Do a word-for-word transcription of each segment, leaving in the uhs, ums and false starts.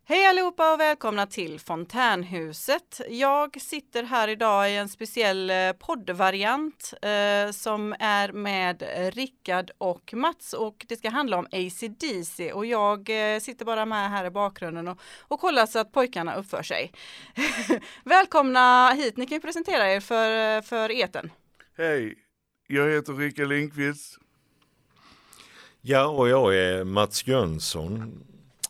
Hej allihopa och välkomna till Fontänhuset. Jag sitter här idag i en speciell poddvariant eh, som är med Rickard och Mats, och det ska handla om A C D C, och jag eh, sitter bara med här i bakgrunden och, och kollar så att pojkarna uppför sig. Välkomna hit, ni kan ju presentera er för, för eten. Hej, jag heter Rickard Lindqvist. Ja, och jag är Mats Jönsson.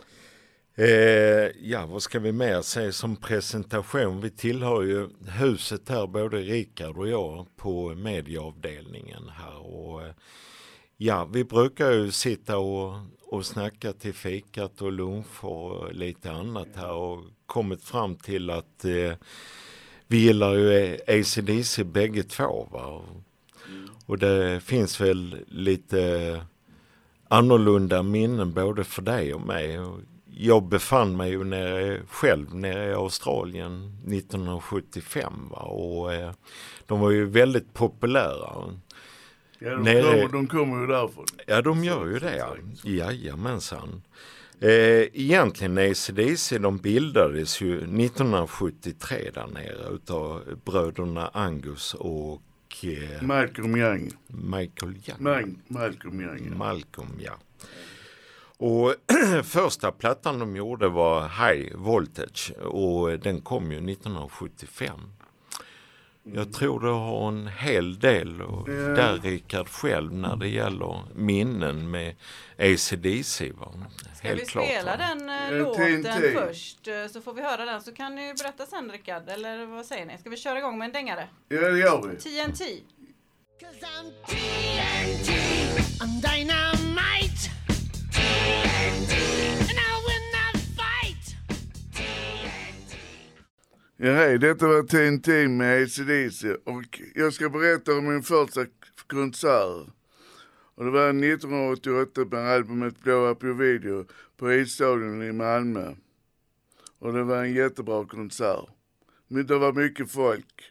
Eh, ja, vad ska vi mer säga som presentation? Vi tillhör ju huset här, både Rickard och jag, på medieavdelningen här. Och, eh, ja, vi brukar ju sitta och, och snacka till fikat och lunch och lite annat här, och kommit fram till att eh, vi gillar ju A C D C bägge två, va? Och det finns väl lite annorlunda minnen både för dig och mig. Jag befann mig ju nere, själv nere i Australien nittonhundrasjuttiofem, va? Och eh, de var ju väldigt populära. Ja, de, nere... kommer, de kommer ju därifrån. Ja, de gör ju det. Jajamensan. Eh, egentligen A C D C, de bildades ju nittonhundrasjuttiotre där nere utav bröderna Angus och eh, Malcolm Young. Michael Young. Nej, Malcolm Young. Malcolm, ja. Och första plattan de gjorde var High Voltage, och den kom ju nittonhundrasjuttiofem. Jag tror du har en hel del och Mm. där Rickard själv när det gäller minnen med A C D C, va? Ska Helt vi klart, spela va? den eh, En låten T N T. först, eh, så får vi höra den, så kan ni berätta sen, Rickard, eller vad säger ni? Ska vi köra igång med en dängare? Ja, det gör vi. T N T. 'Cause I'm T N T, I'm dynamite. T N T, and I'll win that fight. T N T. Ja, hej, detta var T N T med A C D C, och jag ska berätta om min första konsert. Och det var nittonhundraåttioåtta på albumet Blow Up Your Video på Isstadion i Malmö. Och det var en jättebra konsert. Men det var mycket folk.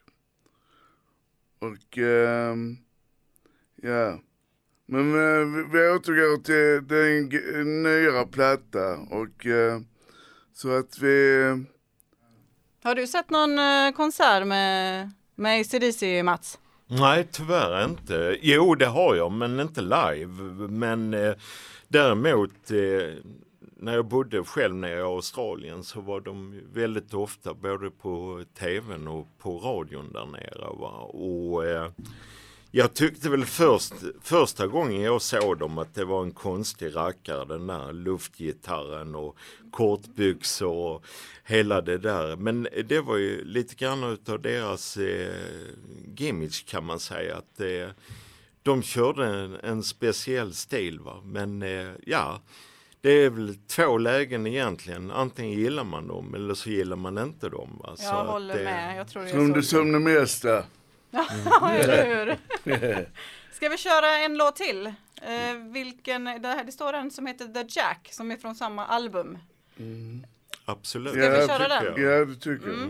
Och ehm, ja, men eh, vi, vi återgår till den g- nyare platta, och eh, så att vi, Har du sett någon eh, konsert med, med A C D C, Mats? Nej, tyvärr inte. Jo, det har jag, men inte live. Men eh, däremot, eh, när jag bodde själv nere i Australien så var de väldigt ofta både på tvn och på radion där nere, va? Och eh, jag tyckte väl först, första gången jag såg dem att det var en konstig rackare, den där luftgitarren och kortbyxor och hela det där. Men det var ju lite grann utav deras eh, gimmick, kan man säga, att eh, de körde en, en speciell stil, va? Men eh, ja, det är väl två lägen egentligen. Antingen gillar man dem eller så gillar man inte dem, va? Så Jag att, håller eh, med, jag tror det är som det så. som det mesta. Ja, eller hur? Ska vi köra en låt till? Eh, vilken, det, här, det står en som heter The Jack, som är från samma album. Absolut. Ska vi Ja, köra den? tycker jag. Ja, det tycker jag. Mm.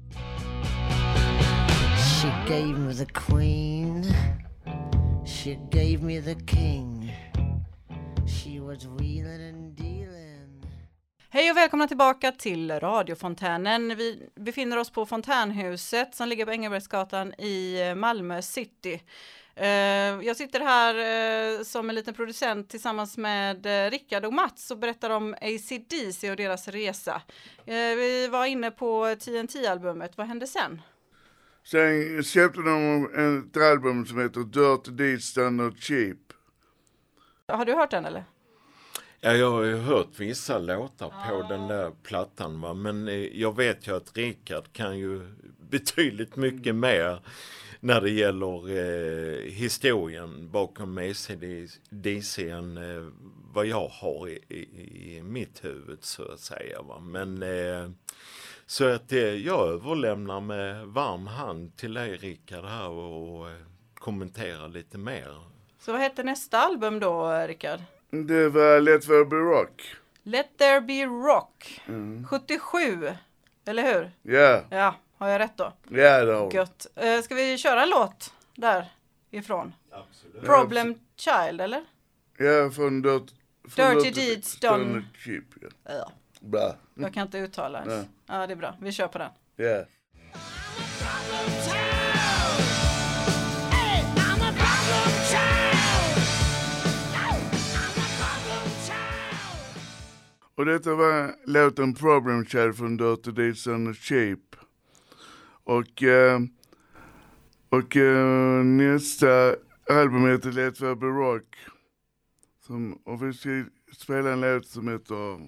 She gave me the queen. She gave me the king. She was wheeling and dealing. Hej och välkomna tillbaka till radiofontänen. Vi befinner oss på Fontänhuset som ligger på Engelbrektsgatan i Malmö city. Eh, Jag sitter här eh, som en liten producent tillsammans med eh, Rickard och Mats och berättar om A C D C och deras resa. Eh, Vi var inne på T N T-albumet. Vad hände sen? Sen släppte de ett album som heter Dirty Deeds Done Not Cheap. Har du hört den eller? Ja, jag har ju hört vissa låtar på den där plattan, va? Men eh, jag vet ju att Rickard kan ju betydligt mycket mer när det gäller eh, historien bakom A C D C än eh, vad jag har i, i, i mitt huvud, så att säga, va? Men eh, så att eh, jag överlämnar med varm hand till dig, Rickard, här och, och eh, kommentera lite mer. Så vad hette nästa album då, Rickard? Det var Let There Be Rock. Let There Be Rock. Mm. sjuttiosju, eller hur? Ja, Ja, har jag rätt då? ja det har vi. Gött. Eh, ska vi köra en låt därifrån? Absolut. Problem Child, eller? Ja, från Dirt, från Dirty Deeds Done- Cheap. Ja. Ja. Bra. Jag kan inte uttala ens. Nej. Ja, det är bra. Vi kör på den. Ja. Problem child. Hey, I'm a problem child. I'm a problem child. Och detta var låten Problem Child från Dirty Deeds and Shape. Och, eh, och eh, nästa album heter Let There Be Rock. Som, och vi ska spela en låt som heter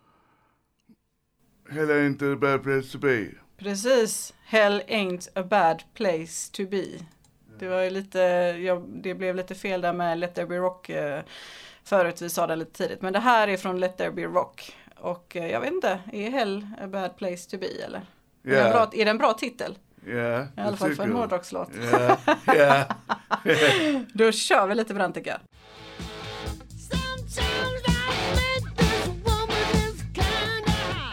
Hell Ain't a Bad Place to Be. Precis. Hell ain't a bad place to be. Det var ju lite, ja, det blev lite fel där med Let There Be Rock. Eh, förut vi sa det lite tidigt. Men det här är från Let There Be Rock. Och eh, jag vet inte, är Hell a bad place to be eller? Ja. Är, det en bra, är det en bra titel? Ja, I alla fall för en hårdrockslåt. Ja, ja. Då kör vi lite på den tycker jag. Sometimes I think this woman is kinda.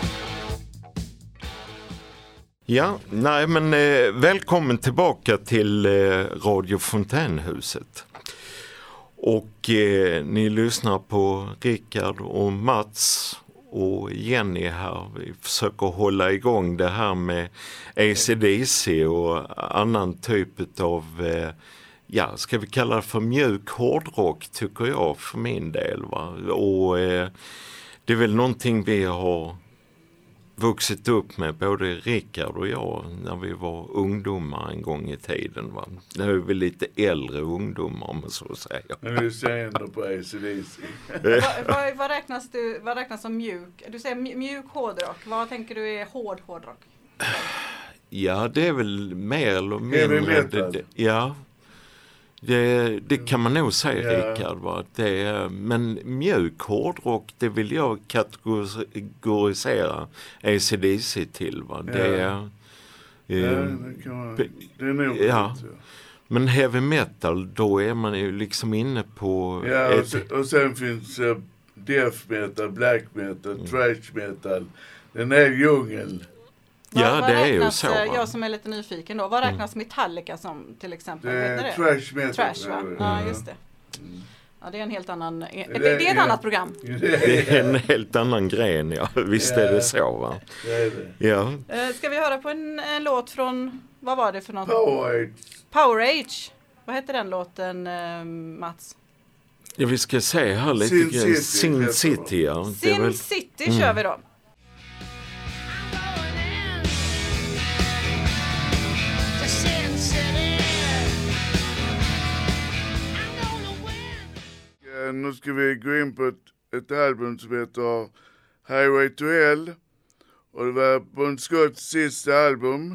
Ja, nej men eh, välkommen tillbaka till eh, Radio Fontänhuset. Och eh, ni lyssnar på Rickard och Mats och Jenny här. Vi försöker hålla igång det här med A C D C och annan typ av, eh, ja ska vi kalla det för mjuk hårdrock tycker jag för min del. Va? Och eh, det är väl någonting vi har vuxit upp med både Rickard och jag när vi var ungdomar en gång i tiden. Va? Nu är vi lite äldre ungdomar om man så säger. Men vi ser ändå på A C D C. vad, vad, vad, räknas du, vad räknas som mjuk? Du säger mj- mjuk hårdrock. Vad tänker du är hård hårdrock? Ja, det är väl mer eller Heavy mindre. metal. Det, ja, det, det kan man nog säga Ja. Rickard. Va? Det är, men mjuk hårdrock, det vill jag kategorisera A C D C till. Va? Det är, Ja, eh, det kan vara. Det är nog Ja. rätt, men heavy metal, då är man ju liksom inne på... Ja, och ett, sen, och sen finns uh, death metal, black metal, Mm. thrash metal. Den är djungel. ja, Vad- vad det är ju räknas, så. eh, Va? Jag som är lite nyfiken då. Vad räknas Metallica som till exempel? Det Vet ni är det? trash metal. Trash va? Ja, Mm. just det. Ja, det är en helt annan... Det, Det- det är ett ja. annat program. Det är en helt annan gren, ja. Visst är det så, va? Det är det. Ja. Eh, ska vi höra på en, en låt från... Vad var det för något? Power. Power Age. Vad heter den låten, eh, Mats? Ja, vi ska se här lite Sin grann. City Sin heter City, ja. Det är Sin väl- City Mm. kör vi då. I'm going in to Sin City. I'm gonna win. Ja, nu ska vi gå in på ett, ett album som heter Highway to Hell. Och det var Bon Scotts sista album.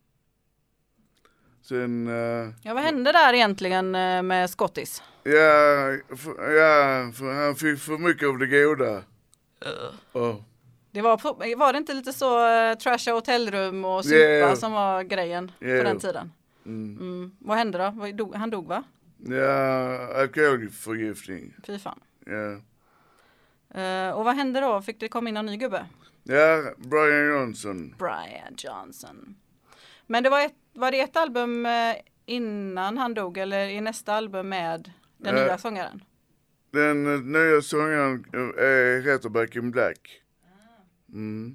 Sen... Uh, Ja, vad hände där egentligen eh, med Scottis? ja, för, ja för han fick för mycket av det goda. Och, Det var, på, var det inte lite så uh, trasha hotellrum och supa Yeah. som var grejen på Yeah. den tiden? mm, Mm. Vad hände då? Vad dog, han dog va? ja, alkoholförgiftning. Fy fan. Ja. Eh, och vad hände då? Fick det komma in en ny gubbe? Ja, Brian Johnson. Brian Johnson. Men det var, ett, var det ett album eh, innan han dog eller i nästa album med den Eh. nya sångaren? Den uh, nya sångaren uh, heter Back in Black. Mm.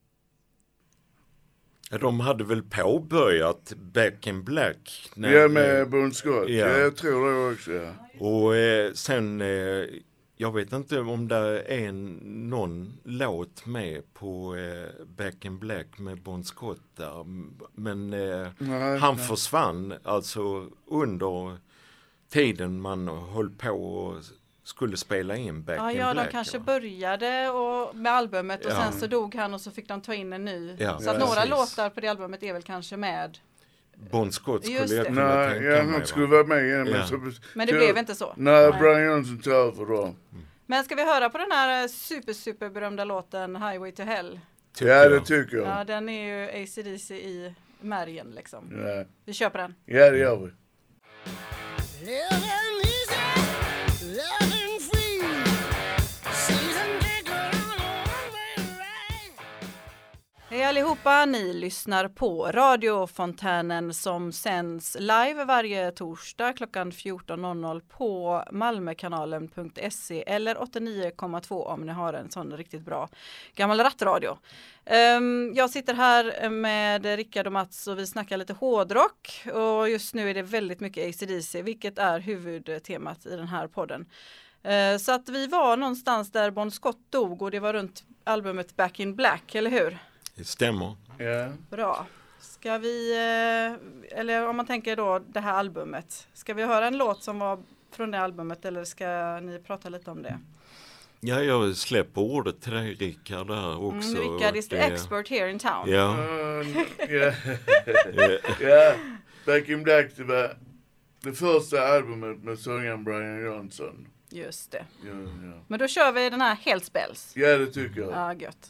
Ja, de hade väl påbörjat Back in Black. när- Ja, med Bon Scott. Ja. Ja. Jag tror det också, ja. Och eh, sen, eh, jag vet inte om det är en, någon låt med på eh, Back in Black med Bon Scott där. Men eh, Nej, han nej. försvann alltså under tiden man höll på och skulle spela in Back Ja, in ja Black. de kanske va? började och, med albumet och Ja. sen så dog han och så fick de ta in en ny. Ja, så att ja, några precis. låtar på det albumet är väl kanske med. Bon Scott skulle Just jag det. kunna Nej, tänka ja, mig. han va? skulle vara med igen. Men, Ja. så, Men det så, blev inte så. Nej, Nej. Brian Johnson tar över då. Men ska vi höra på den här eh, super super berömda låten Highway to Hell? Tycker Ja, det jag. tycker jag. Ja, den är ju A C D C i märgen liksom. Ja, Vi köper den. ja det gör vi. Living easy, loving free. Season ticket on a one-way ride. Jag allihopa, ni lyssnar på radiofontänen som sänds live varje torsdag klockan fjorton noll noll på malmökanalen punkt se eller åttionio komma två om ni har en sån riktigt bra gammal rattradio. Um, jag sitter här med Rickard och Mats och vi snackar lite hårdrock och just nu är det väldigt mycket A C D C, vilket är huvudtemat i den här podden. Uh, så att vi var någonstans där Bon Scott dog och det var runt albumet Back in Black, eller hur? Det stämmer. Ja. Bra. Ska vi, eh, eller om man tänker då det här albumet, ska vi höra en låt som var från det albumet eller ska ni prata lite om det? Ja, jag släpper ordet till dig, Rickard, där också. Mm, Rickard is the det... expert here in town. Ja. Uh, ja. Ja, Back in Black, det var det första albumet med sångaren Brian Johnson. Just det. Ja, ja. Men då kör vi den här helt spells. Ja, det tycker jag. Ja, gött.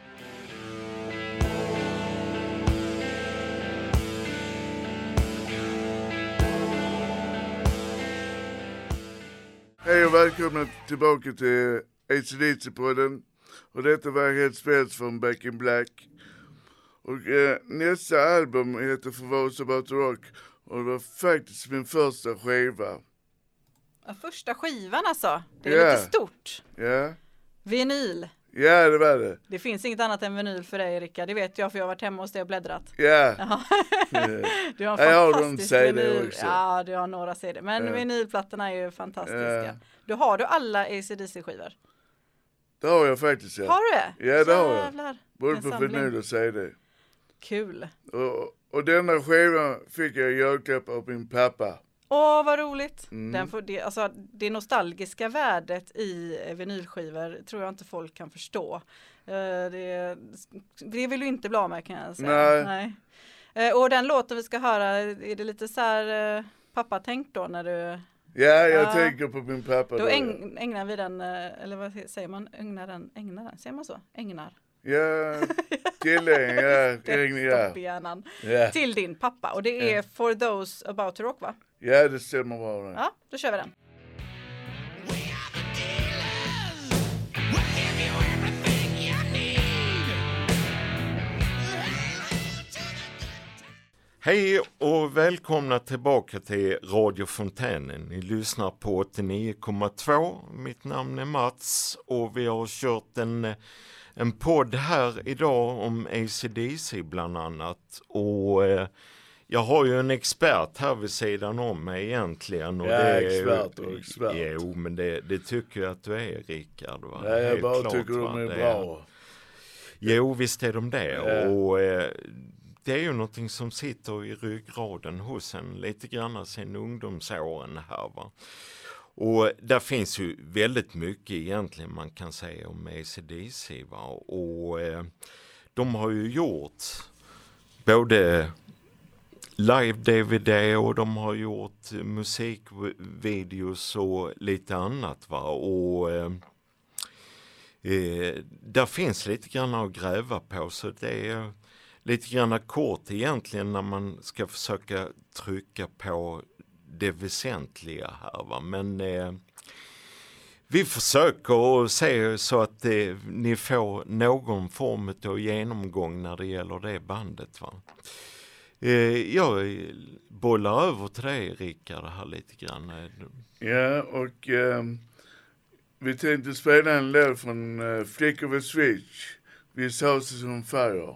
Hej och välkomna tillbaka till A C D C-podden. Och detta var helt spels från Back in Black. Och eh, nästa album heter For Those About to Rock. Och det var faktiskt min första skiva. Ja, första skivan alltså. Det är Ja. lite stort. Ja, Vinyl. ja det var det. Det finns inget annat än vinyl för dig, Rickard. Det vet jag för jag har varit hemma hos dig och bläddrat. Ja. Ja. Du har en Jag har fantastisk någon C D vinyl. också. Ja, du har några C D. Men Ja. vinylplattorna är ju fantastiska. Ja. Du har du alla A C D C-skivor? Det har jag faktiskt, ja. Har du det? Ja, det har jag. Jävlar. Både vilken på samling. vinyl och C D. Kul. Och, och denna skivan fick jag i julklapp av min pappa. Åh, vad roligt. Mm. Den får det, alltså, det nostalgiska värdet i vinylskivor tror jag inte folk kan förstå. Eh, det, det vill du inte bli av med, kan jag säga. Nej. Nej. Eh, och den låten vi ska höra, är det lite så här eh, pappa-tänk då när du... Ja, jag Ja. tänker på min pappa. Då då, äng, ägnar vi den, eh, eller vad säger man? Ägnar den, ägnar den, säger man så? Ägnar. Ja, tillägg, ja, ägn, ja. Stopp i hjärnan. Ja. Till din pappa. Och det är Ja. For Those About to Rock, va? Ja, det stämmer bra. Det. Ja, då kör vi den. We are the dealers. We'll give you everything you need. Hej och välkomna tillbaka till radiofontänen. Ni lyssnar på åttionio komma två. Mitt namn är Mats och vi har kört en, en podd här idag om A C D C bland annat. Och eh, jag har ju en expert här vid sidan om mig egentligen. Och Ja, det är, expert och expert. Jo, men det, det tycker jag att du är, Rickard. Va? Ja, jag Helt bara klart, tycker va? de är Det bra. Jo, visst är de det. Ja. Och eh, det är ju någonting som sitter i ryggraden hos en lite grann sen ungdomsåren här, va. Och där finns ju väldigt mycket egentligen man kan säga om A C D C, va. Och eh, de har ju gjort både live-D V D och de har gjort musikvideos och lite annat, va. Och eh, eh, där finns lite grann att gräva på, så det är lite grann kort egentligen när man ska försöka trycka på det väsentliga här, va. Men eh, vi försöker att se så att eh, ni får någon form av genomgång när det gäller det bandet, va. Eh, jag bollar över till dig, Rickard, här lite grann. Ja, och eh, vi tänkte spela en låt från uh, Flick of a Switch. This House is on Fire.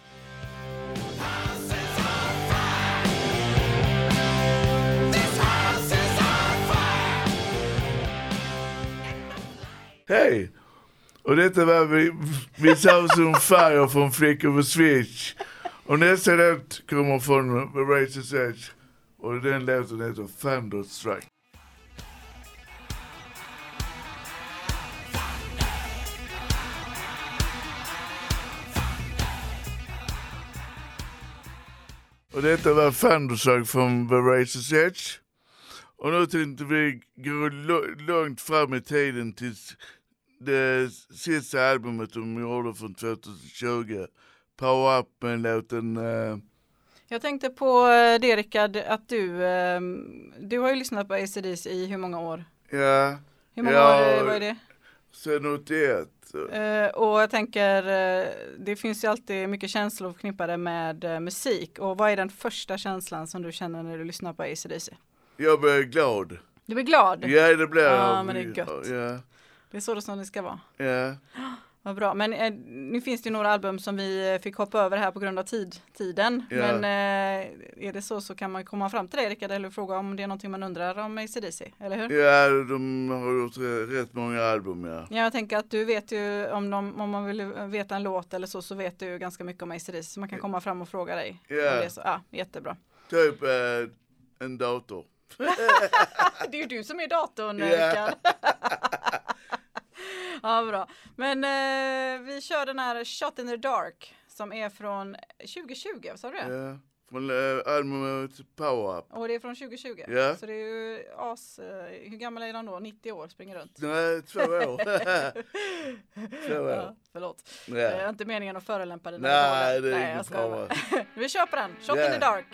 Hej! Och detta var vi, This House on Fire från Flick of a Switch. Och nästa låt kommer från The Razor's Edge. Och den låten heter Thunderstruck. Och detta var Thunderstruck från The Razor's Edge. Och nu tänkte vi gå lo- långt fram i tiden tills det sista albumet de gjorde från tjugohundratjugo. Power Up med låten... Uh... Jag tänkte på eh, det, Rickard, att du, eh, du har ju lyssnat på A C D C i hur många år? Ja, Hur många Ja, år, eh, vad är det? Sen åttioett. Uh, och jag tänker, uh, det finns ju alltid mycket känslor förknippade med uh, musik. Och vad är den första känslan som du känner när du lyssnar på A C D C? Jag blir glad. Du blir glad? Ja, det blir jag. Ja, men det är gött. Ja. Det är så det som det ska vara. Ja. Vad bra. Men eh, nu finns det ju några album som vi fick hoppa över här på grund av tid, tiden. Ja. Men eh, är det så så kan man komma fram till det, Rickard, eller fråga om det är någonting man undrar om A C D C, eller hur? Ja, de har gjort rätt många album, ja. Ja, jag tänker att du vet ju, om, de, om man vill veta en låt eller så, så vet du ju ganska mycket om A C D C. Så man kan komma fram och fråga dig. Ja. Om det är så. Ja, jättebra. Typ eh, en dator. Det är ju du som är datorn, Ja. Rickard. Ja, bra. Men eh, vi kör den här Shot in the Dark som är från tjugo tjugo, sa du det? Ja. Från äh, albumet Power Up. Och det är från tjugo tjugo. Ja. Så det är ju as, eh, hur gammal är de då? nittio år, springer runt. Nej, två år. två år. Ja, förlåt. Ja. Det är inte meningen att förolämpa dina Nej, idoler. det är Nej, jag ingen skojar fara. bara. Vi kör på den. Shot Ja. in the Dark.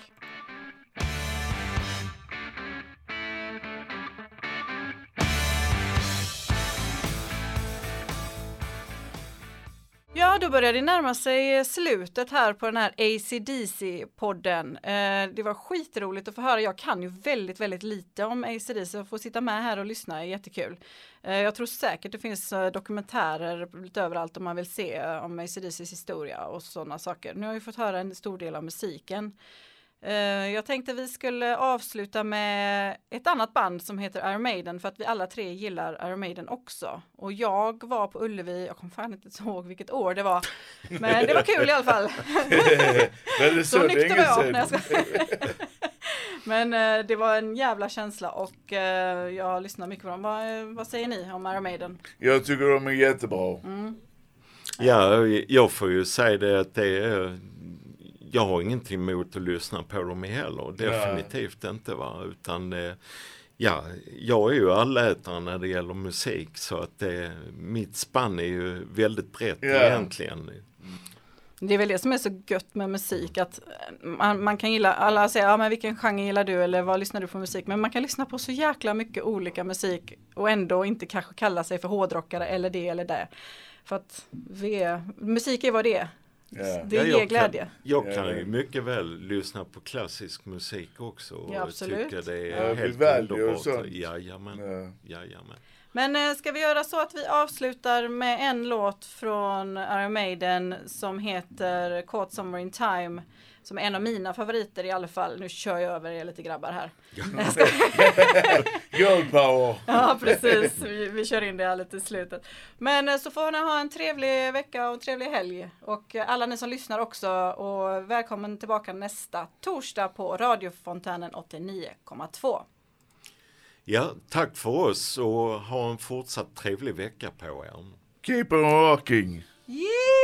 Ja, då börjar det närma sig slutet här på den här A C D C-podden. Eh, det var skitroligt att få höra. Jag kan ju väldigt, väldigt lite om A C D C. Att få sitta med här och lyssna är jättekul. Eh, jag tror säkert det finns eh, dokumentärer lite överallt om man vill se eh, om A C D C:s historia och sådana saker. Nu har vi fått höra en stor del av musiken. Uh, jag tänkte vi skulle avsluta med ett annat band som heter Iron Maiden, för att vi alla tre gillar Iron Maiden också. Och jag var på Ullevi, jag kommer fan inte ihåg vilket år det var, men det var kul i alla fall. Men det är så, Så nykter var jag. sedan. Nej, jag ska... Men uh, det var en jävla känsla och uh, jag lyssnar mycket på dem. Vad, vad säger ni om Iron Maiden? Jag tycker de är jättebra. Mm. Ja, jag får ju säga det att det är... Jag har ingenting emot att lyssna på dem heller. Definitivt ja. inte, va. Utan eh, ja, jag är ju allätare när det gäller musik. Så att det, mitt spann är ju väldigt brett Ja. egentligen. Det är väl det som är så gött med musik, att man, man kan gilla, alla säger, ja men vilken genre gillar du eller vad lyssnar du på musik, men man kan lyssna på så jäkla mycket olika musik och ändå inte kanske kalla sig för hårdrockare eller det eller det. För att vi är, musik är vad det är. Ja. Det Ja, ger jag glädje. Kan, jag kan Ja. ju mycket väl lyssna på klassisk musik också. Och Ja, absolut. tycker det Ja, är helt Vivaldi och underbart. sånt. Jajamän. Ja. Jajamän. Men eh, ska vi göra så att vi avslutar med en låt från Iron Maiden som heter Caught Somewhere in Time, som är en av mina favoriter i alla fall. Nu kör jag över er lite grabbar här. Girl power. Ja, precis. Vi, vi kör in det här lite i slutet. Men eh, så får ni ha en trevlig vecka och en trevlig helg. Och eh, alla ni som lyssnar också. Och välkommen tillbaka nästa torsdag på Radiofontänen åttionio komma två. Ja, tack för oss och ha en fortsatt trevlig vecka på er. Keep on rocking. Yeah!